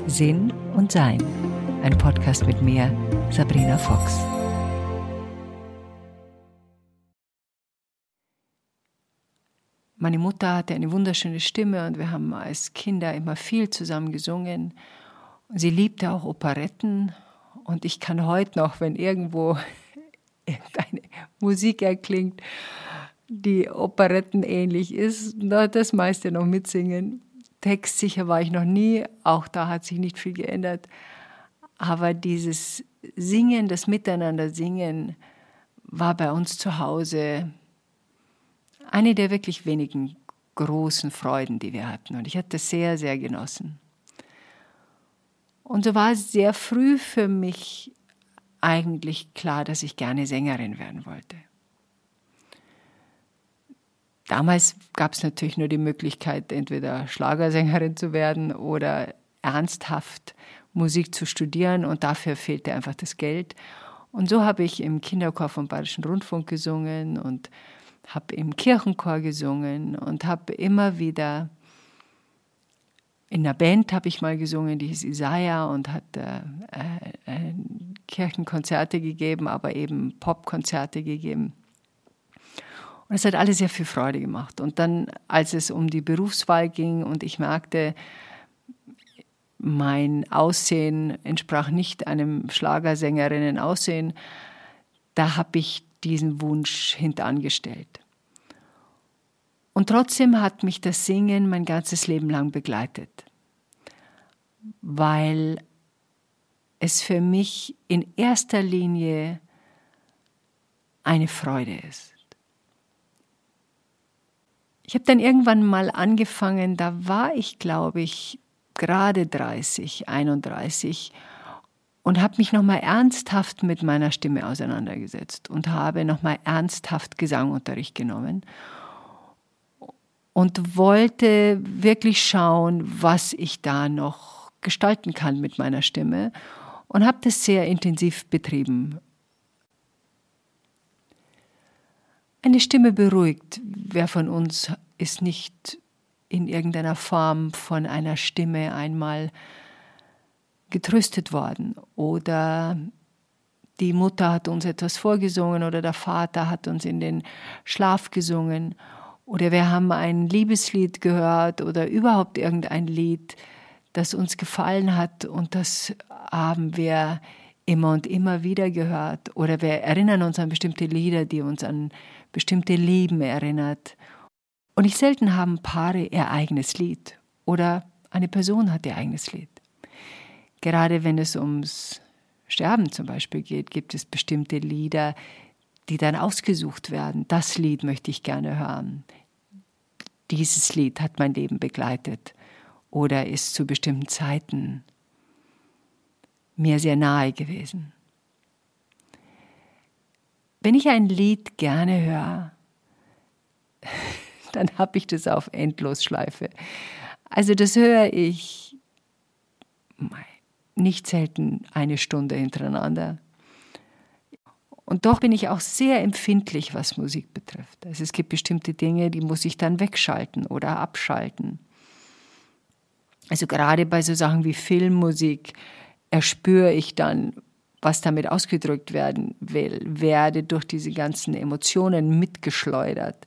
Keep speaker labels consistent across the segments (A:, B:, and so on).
A: Sinn und Sein. Ein Podcast mit mir, Sabrina Fox. Meine Mutter hatte eine wunderschöne Stimme und wir haben als Kinder immer viel zusammen gesungen. Sie liebte auch Operetten und ich kann heute noch, wenn irgendwo irgendeine Musik erklingt, die Operetten ähnlich ist, das meiste noch mitsingen. Textsicher war ich noch nie, auch da hat sich nicht viel geändert. Aber dieses Singen, das Miteinander singen, war bei uns zu Hause eine der wirklich wenigen großen Freuden, die wir hatten. Und ich hatte das sehr, sehr genossen. Und so war es sehr früh für mich eigentlich klar, dass ich gerne Sängerin werden wollte. Damals gab es natürlich nur die Möglichkeit, entweder Schlagersängerin zu werden oder ernsthaft Musik zu studieren, und dafür fehlte einfach das Geld. Und so habe ich im Kinderchor vom Bayerischen Rundfunk gesungen und habe im Kirchenchor gesungen und habe immer wieder in einer Band habe ich mal gesungen, die hieß Isaiah, und hat Kirchenkonzerte gegeben, aber eben Popkonzerte gegeben. Und es hat alles sehr viel Freude gemacht. Und dann, als es um die Berufswahl ging und ich merkte, mein Aussehen entsprach nicht einem Schlagersängerinnen-Aussehen, da habe ich diesen Wunsch hintangestellt. Und trotzdem hat mich das Singen mein ganzes Leben lang begleitet, weil es für mich in erster Linie eine Freude ist. Ich habe dann irgendwann mal angefangen, da war ich, glaube ich, gerade 30, 31 und habe mich nochmal ernsthaft mit meiner Stimme auseinandergesetzt und habe nochmal ernsthaft Gesangunterricht genommen und wollte wirklich schauen, was ich da noch gestalten kann mit meiner Stimme, und habe das sehr intensiv betrieben. Eine Stimme beruhigt. Wer von uns ist nicht in irgendeiner Form von einer Stimme einmal getröstet worden? Oder die Mutter hat uns etwas vorgesungen oder der Vater hat uns in den Schlaf gesungen. Oder wir haben ein Liebeslied gehört oder überhaupt irgendein Lied, das uns gefallen hat, und das haben wir immer und immer wieder gehört. Oder wir erinnern uns an bestimmte Lieder, die uns an bestimmte Leben erinnert. Und nicht selten haben Paare ihr eigenes Lied oder eine Person hat ihr eigenes Lied. Gerade wenn es ums Sterben zum Beispiel geht, gibt es bestimmte Lieder, die dann ausgesucht werden. Das Lied möchte ich gerne hören. Dieses Lied hat mein Leben begleitet oder ist zu bestimmten Zeiten mir sehr nahe gewesen. Wenn ich ein Lied gerne höre, dann habe ich das auf Endlosschleife. Also das höre ich nicht selten eine Stunde hintereinander. Und doch bin ich auch sehr empfindlich, was Musik betrifft. Also es gibt bestimmte Dinge, die muss ich dann wegschalten oder abschalten. Also gerade bei so Sachen wie Filmmusik erspüre ich dann, was damit ausgedrückt werden will, werde durch diese ganzen Emotionen mitgeschleudert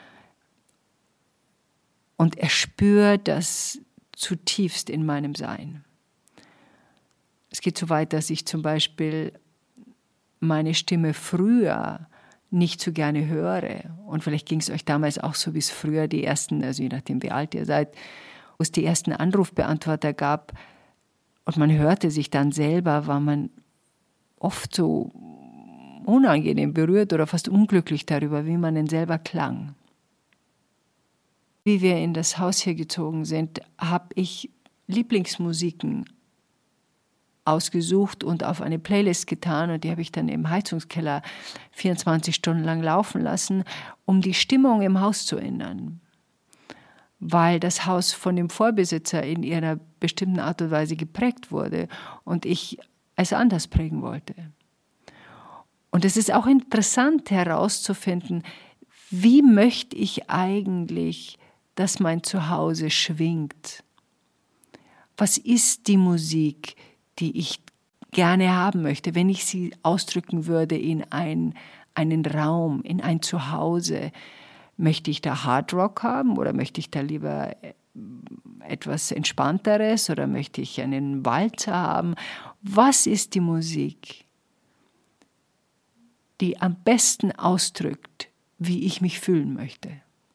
A: und erspüre das zutiefst in meinem Sein. Es geht so weit, dass ich zum Beispiel meine Stimme früher nicht so gerne höre. Und vielleicht ging es euch damals auch so, wie es früher die ersten, also je nachdem wie alt ihr seid, wo es die ersten Anrufbeantworter gab und man hörte sich dann selber, war man oft so unangenehm berührt oder fast unglücklich darüber, wie man denn selber klang. Wie wir in das Haus hier gezogen sind, habe ich Lieblingsmusiken ausgesucht und auf eine Playlist getan, und die habe ich dann im Heizungskeller 24 Stunden lang laufen lassen, um die Stimmung im Haus zu ändern. Weil das Haus von dem Vorbesitzer in ihrer bestimmten Art und Weise geprägt wurde und ich es anders prägen wollte. Und es ist auch interessant herauszufinden, wie möchte ich eigentlich, dass mein Zuhause schwingt? Was ist die Musik, die ich gerne haben möchte, wenn ich sie ausdrücken würde in einen Raum, in ein Zuhause? Möchte ich da Hard Rock haben oder möchte ich da lieber etwas Entspannteres oder möchte ich einen Walzer haben? Was ist die Musik, die am besten ausdrückt, wie ich mich fühlen möchte?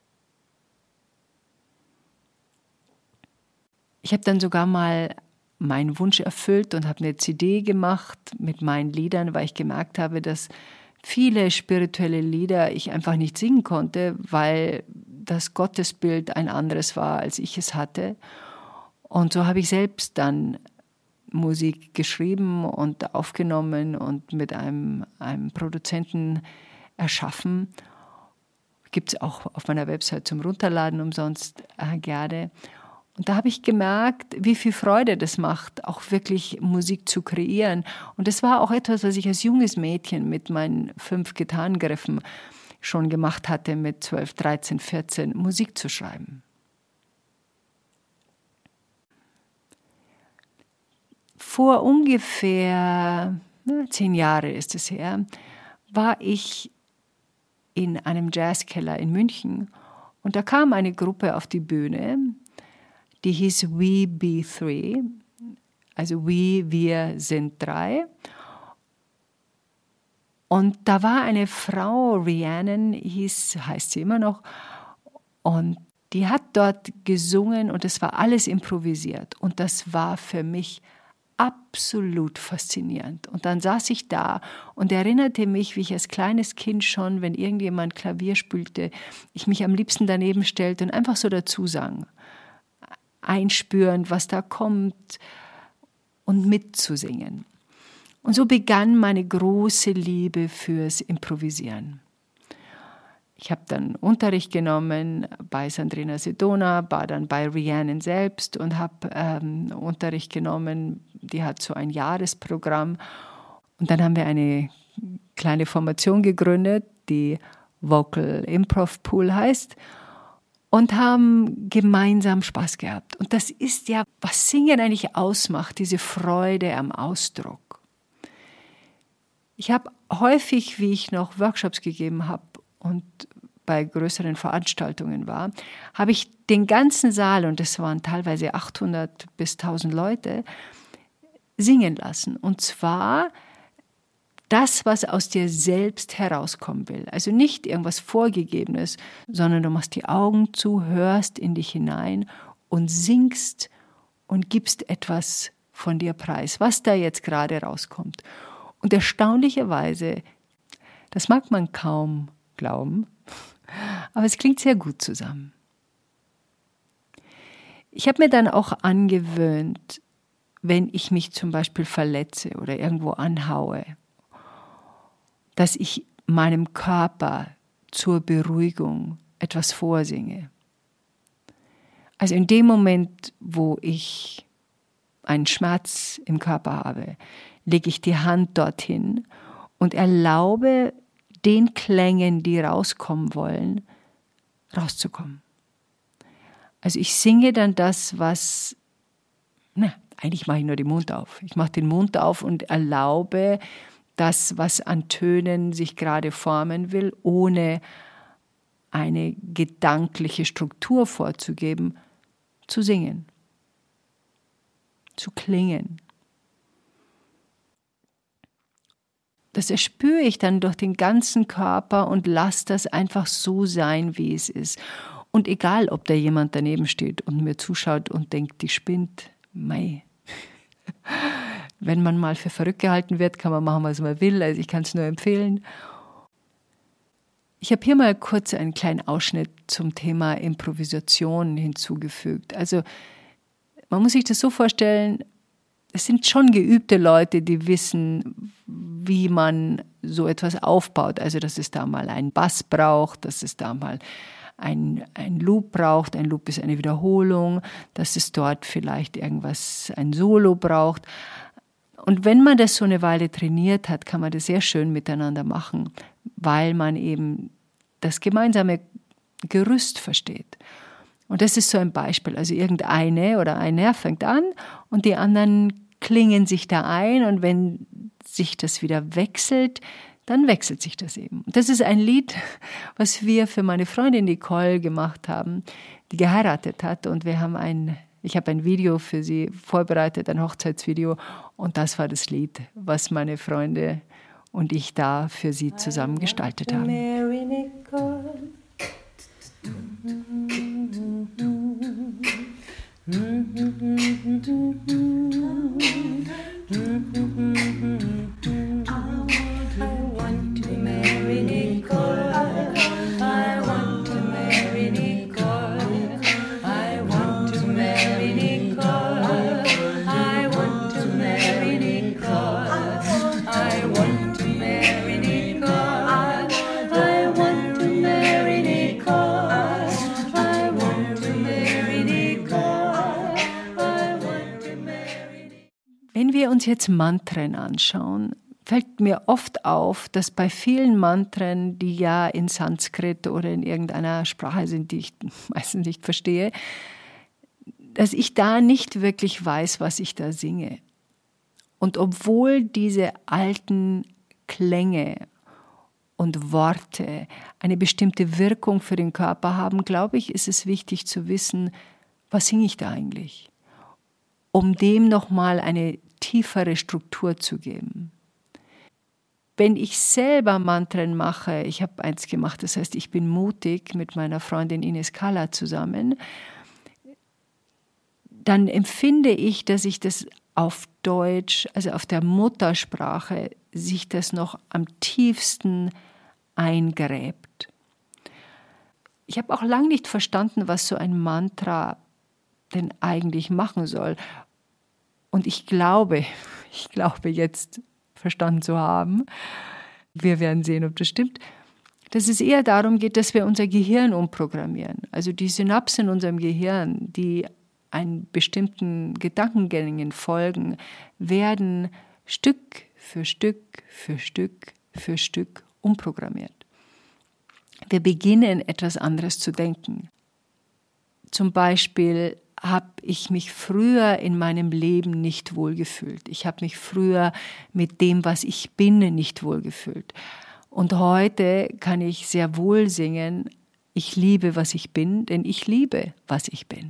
A: Ich habe dann sogar mal meinen Wunsch erfüllt und habe eine CD gemacht mit meinen Liedern, weil ich gemerkt habe, dass viele spirituelle Lieder ich einfach nicht singen konnte, weil das Gottesbild ein anderes war, als ich es hatte. Und so habe ich selbst dann Musik geschrieben und aufgenommen und mit einem Produzenten erschaffen. Gibt es auch auf meiner Website zum Runterladen umsonst gerne. Und da habe ich gemerkt, wie viel Freude das macht, auch wirklich Musik zu kreieren. Und das war auch etwas, was ich als junges Mädchen mit meinen 5 Gitarrengriffen schon gemacht hatte, mit 12, 13, 14, Musik zu schreiben. Vor ungefähr 10 Jahre ist es her, war ich in einem Jazzkeller in München und da kam eine Gruppe auf die Bühne, die hieß We Be Three, also wir sind 3. Und da war eine Frau, Rhiannon heißt sie immer noch, und die hat dort gesungen und es war alles improvisiert. Und das war für mich absolut faszinierend. Und dann saß ich da und erinnerte mich, wie ich als kleines Kind schon, wenn irgendjemand Klavier spielte, ich mich am liebsten daneben stellte und einfach so dazu sang. Einspüren, was da kommt und mitzusingen. Und so begann meine große Liebe fürs Improvisieren. Ich habe dann Unterricht genommen bei Sandrina Sedona, war dann bei Rhiannon selbst und habe Unterricht genommen. Die hat so ein Jahresprogramm. Und dann haben wir eine kleine Formation gegründet, die Vocal Improv Pool heißt, und haben gemeinsam Spaß gehabt. Und das ist ja, was Singen eigentlich ausmacht, diese Freude am Ausdruck. Ich habe häufig, wie ich noch Workshops gegeben habe und bei größeren Veranstaltungen war, habe ich den ganzen Saal, und es waren teilweise 800 bis 1000 Leute, singen lassen. Und zwar das, was aus dir selbst herauskommen will. Also nicht irgendwas Vorgegebenes, sondern du machst die Augen zu, hörst in dich hinein und singst und gibst etwas von dir preis, was da jetzt gerade rauskommt. Und erstaunlicherweise, das mag man kaum glauben, aber es klingt sehr gut zusammen. Ich habe mir dann auch angewöhnt, wenn ich mich zum Beispiel verletze oder irgendwo anhaue, dass ich meinem Körper zur Beruhigung etwas vorsinge. Also in dem Moment, wo ich einen Schmerz im Körper habe, lege ich die Hand dorthin und erlaube den Klängen, die rauskommen wollen, rauszukommen. Also ich singe dann das, was, eigentlich mache ich nur den Mund auf. Ich mache den Mund auf und erlaube das, was an Tönen sich gerade formen will, ohne eine gedankliche Struktur vorzugeben, zu singen, zu klingen. Das erspüre ich dann durch den ganzen Körper und lasse das einfach so sein, wie es ist. Und egal, ob da jemand daneben steht und mir zuschaut und denkt, die spinnt, mei. Wenn man mal für verrückt gehalten wird, kann man machen, was man will. Also ich kann es nur empfehlen. Ich habe hier mal kurz einen kleinen Ausschnitt zum Thema Improvisation hinzugefügt. Also man muss sich das so vorstellen, es sind schon geübte Leute, die wissen, wie man so etwas aufbaut. Also dass es da mal einen Bass braucht, dass es da mal ein Loop braucht. Ein Loop ist eine Wiederholung, dass es dort vielleicht ein Solo braucht. Und wenn man das so eine Weile trainiert hat, kann man das sehr schön miteinander machen, weil man eben das gemeinsame Gerüst versteht. Und das ist so ein Beispiel. Also irgendeine oder einer fängt an und die anderen klingen sich da ein. Und wenn sich das wieder wechselt, dann wechselt sich das eben. Das ist ein Lied, was wir für meine Freundin Nicole gemacht haben, die geheiratet hat. Und ich habe ein Video für sie vorbereitet, ein Hochzeitsvideo. Und das war das Lied, was meine Freunde und ich da für sie zusammen gestaltet haben. Wenn wir uns jetzt Mantren anschauen, fällt mir oft auf, dass bei vielen Mantren, die ja in Sanskrit oder in irgendeiner Sprache sind, die ich meistens nicht verstehe, dass ich da nicht wirklich weiß, was ich da singe. Und obwohl diese alten Klänge und Worte eine bestimmte Wirkung für den Körper haben, glaube ich, ist es wichtig zu wissen, was singe ich da eigentlich, um dem nochmal eine tiefere Struktur zu geben. Wenn ich selber Mantren mache, ich habe eins gemacht, das heißt, ich bin mutig mit meiner Freundin Ines Kalla zusammen, dann empfinde ich, dass ich das auf Deutsch, also auf der Muttersprache, sich das noch am tiefsten eingräbt. Ich habe auch lange nicht verstanden, was so ein Mantra denn eigentlich machen soll. Und ich glaube jetzt verstanden zu haben, wir werden sehen, ob das stimmt, dass es eher darum geht, dass wir unser Gehirn umprogrammieren. Also die Synapsen in unserem Gehirn, die einen bestimmten Gedankengängen folgen, werden Stück für Stück für Stück für Stück umprogrammiert. Wir beginnen etwas anderes zu denken. Zum Beispiel habe ich mich früher in meinem Leben nicht wohlgefühlt. Ich habe mich früher mit dem, was ich bin, nicht wohlgefühlt. Und heute kann ich sehr wohl singen, ich liebe, was ich bin, denn ich liebe, was ich bin.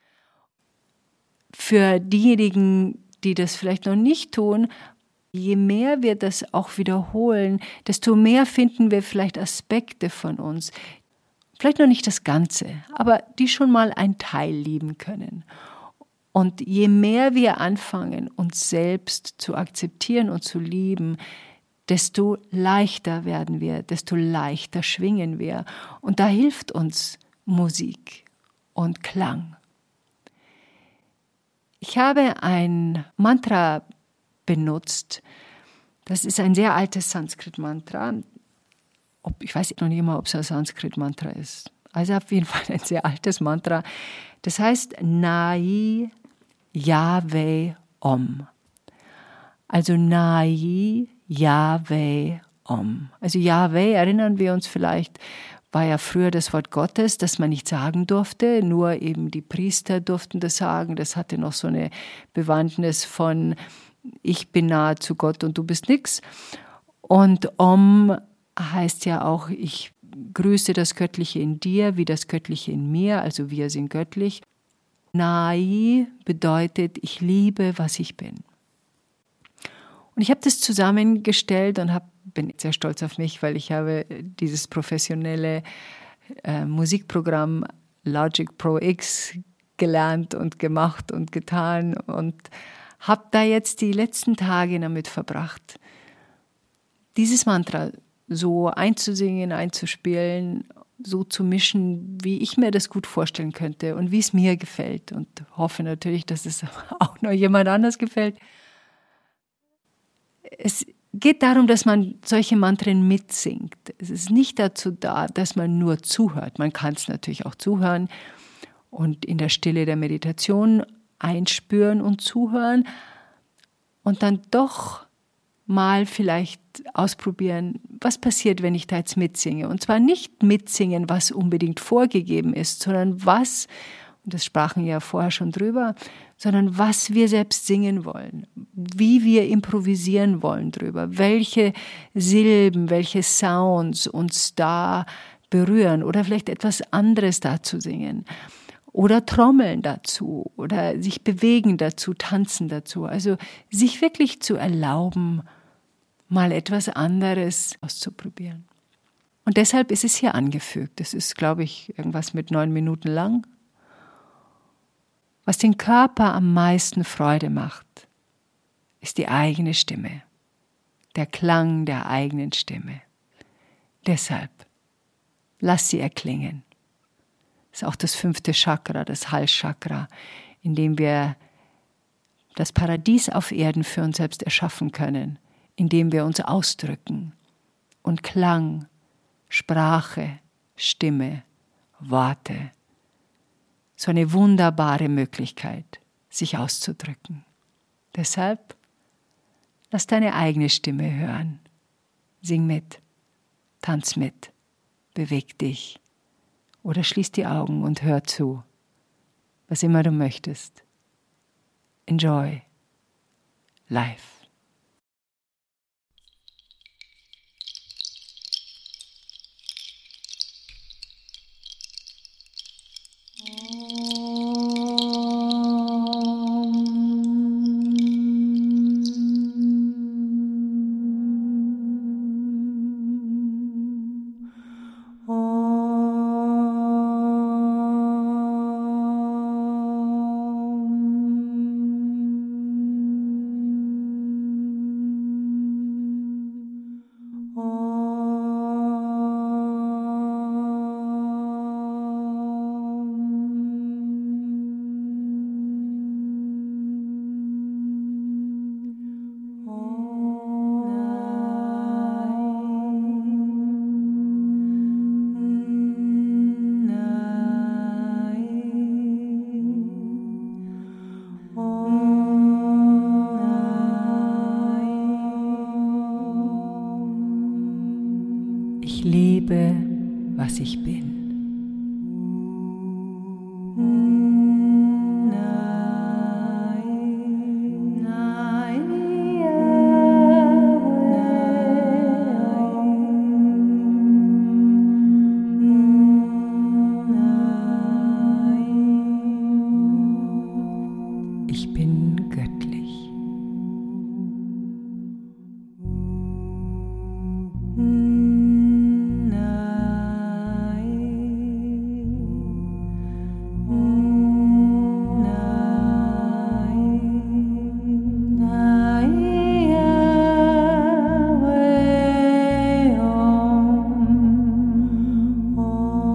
A: Für diejenigen, die das vielleicht noch nicht tun, je mehr wir das auch wiederholen, desto mehr finden wir vielleicht Aspekte von uns, vielleicht noch nicht das Ganze, aber die schon mal ein Teil lieben können. Und je mehr wir anfangen, uns selbst zu akzeptieren und zu lieben, desto leichter werden wir, desto leichter schwingen wir. Und da hilft uns Musik und Klang. Ich habe ein Mantra benutzt, das ist ein sehr altes Sanskrit-Mantra. Ich weiß noch nicht mal, ob es ein Sanskrit-Mantra ist. Also auf jeden Fall ein sehr altes Mantra. Das heißt Nai Yahweh Om. Also Nai Yahweh Om. Also Yahweh, erinnern wir uns vielleicht, war ja früher das Wort Gottes, das man nicht sagen durfte, nur eben die Priester durften das sagen. Das hatte noch so eine Bewandtnis von ich bin nahe zu Gott und du bist nix. Und Om heißt ja auch, ich grüße das Göttliche in dir, wie das Göttliche in mir, also wir sind göttlich. Nai bedeutet, ich liebe, was ich bin. Und ich habe das zusammengestellt und bin sehr stolz auf mich, weil ich habe dieses professionelle Musikprogramm Logic Pro X gelernt und gemacht und getan und habe da jetzt die letzten Tage damit verbracht, dieses Mantra so einzusingen, einzuspielen, so zu mischen, wie ich mir das gut vorstellen könnte und wie es mir gefällt. Und hoffe natürlich, dass es auch noch jemand anders gefällt. Es geht darum, dass man solche Mantren mitsingt. Es ist nicht dazu da, dass man nur zuhört. Man kann es natürlich auch zuhören und in der Stille der Meditation einspüren und zuhören und dann doch mal vielleicht ausprobieren, was passiert, wenn ich da jetzt mitsinge. Und zwar nicht mitsingen, was unbedingt vorgegeben ist, sondern was, und das sprachen wir ja vorher schon drüber, sondern was wir selbst singen wollen, wie wir improvisieren wollen drüber, welche Silben, welche Sounds uns da berühren oder vielleicht etwas anderes dazu singen. Oder trommeln dazu oder sich bewegen dazu, tanzen dazu. Also sich wirklich zu erlauben, mal etwas anderes auszuprobieren. Und deshalb ist es hier angefügt. Das ist, glaube ich, irgendwas mit 9 Minuten lang. Was den Körper am meisten Freude macht, ist die eigene Stimme, der Klang der eigenen Stimme. Deshalb, lass sie erklingen. Das ist auch das 5. Chakra, das Halschakra, in dem wir das Paradies auf Erden für uns selbst erschaffen können, indem wir uns ausdrücken und Klang, Sprache, Stimme, Worte, so eine wunderbare Möglichkeit, sich auszudrücken. Deshalb lass deine eigene Stimme hören. Sing mit, tanz mit, beweg dich oder schließ die Augen und hör zu, was immer du möchtest. Enjoy life. Ich lebe, was ich bin. Ich bin göttlich.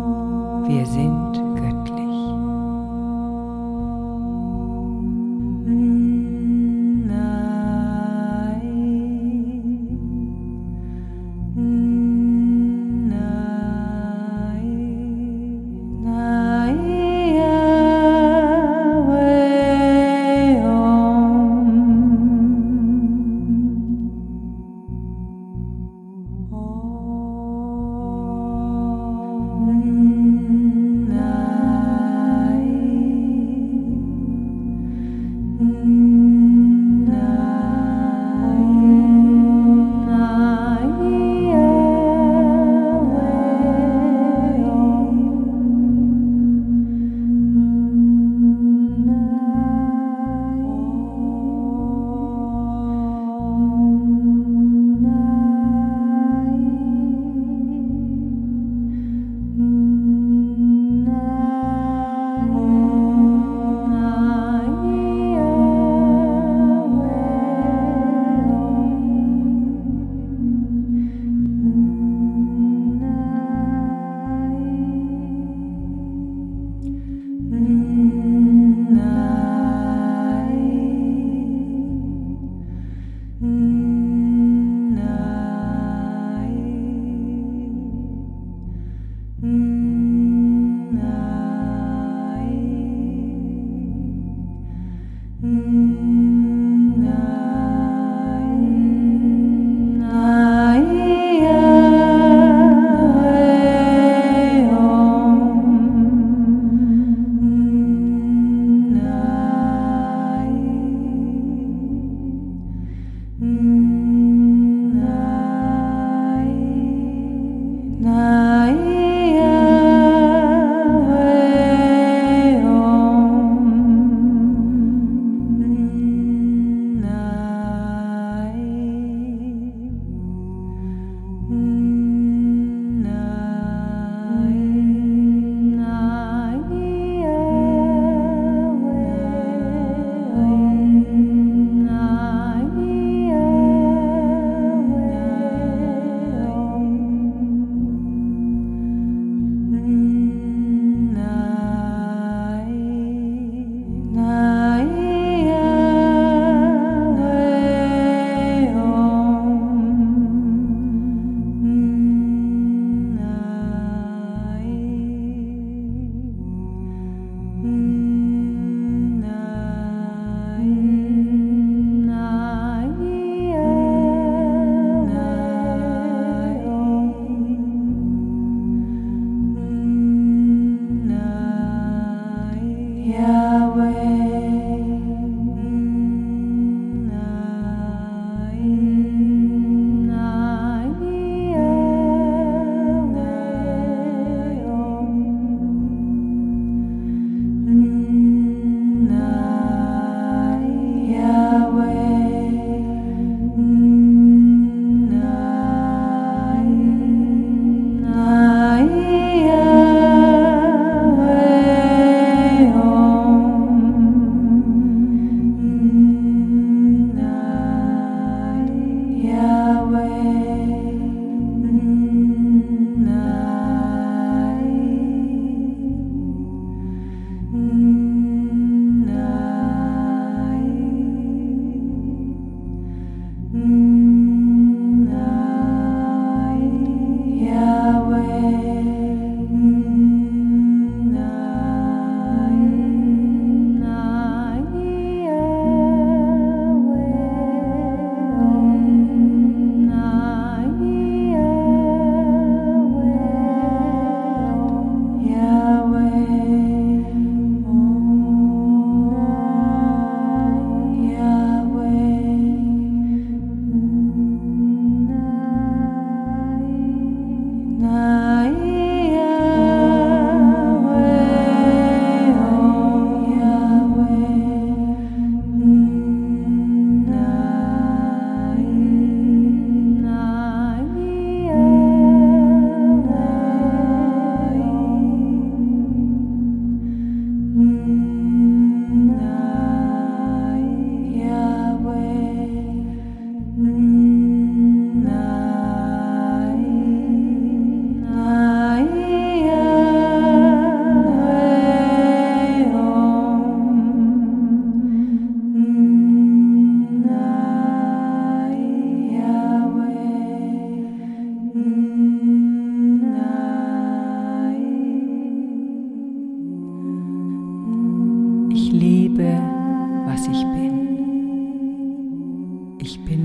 A: Wir sind göttlich. Ich lebe, was ich bin. Ich bin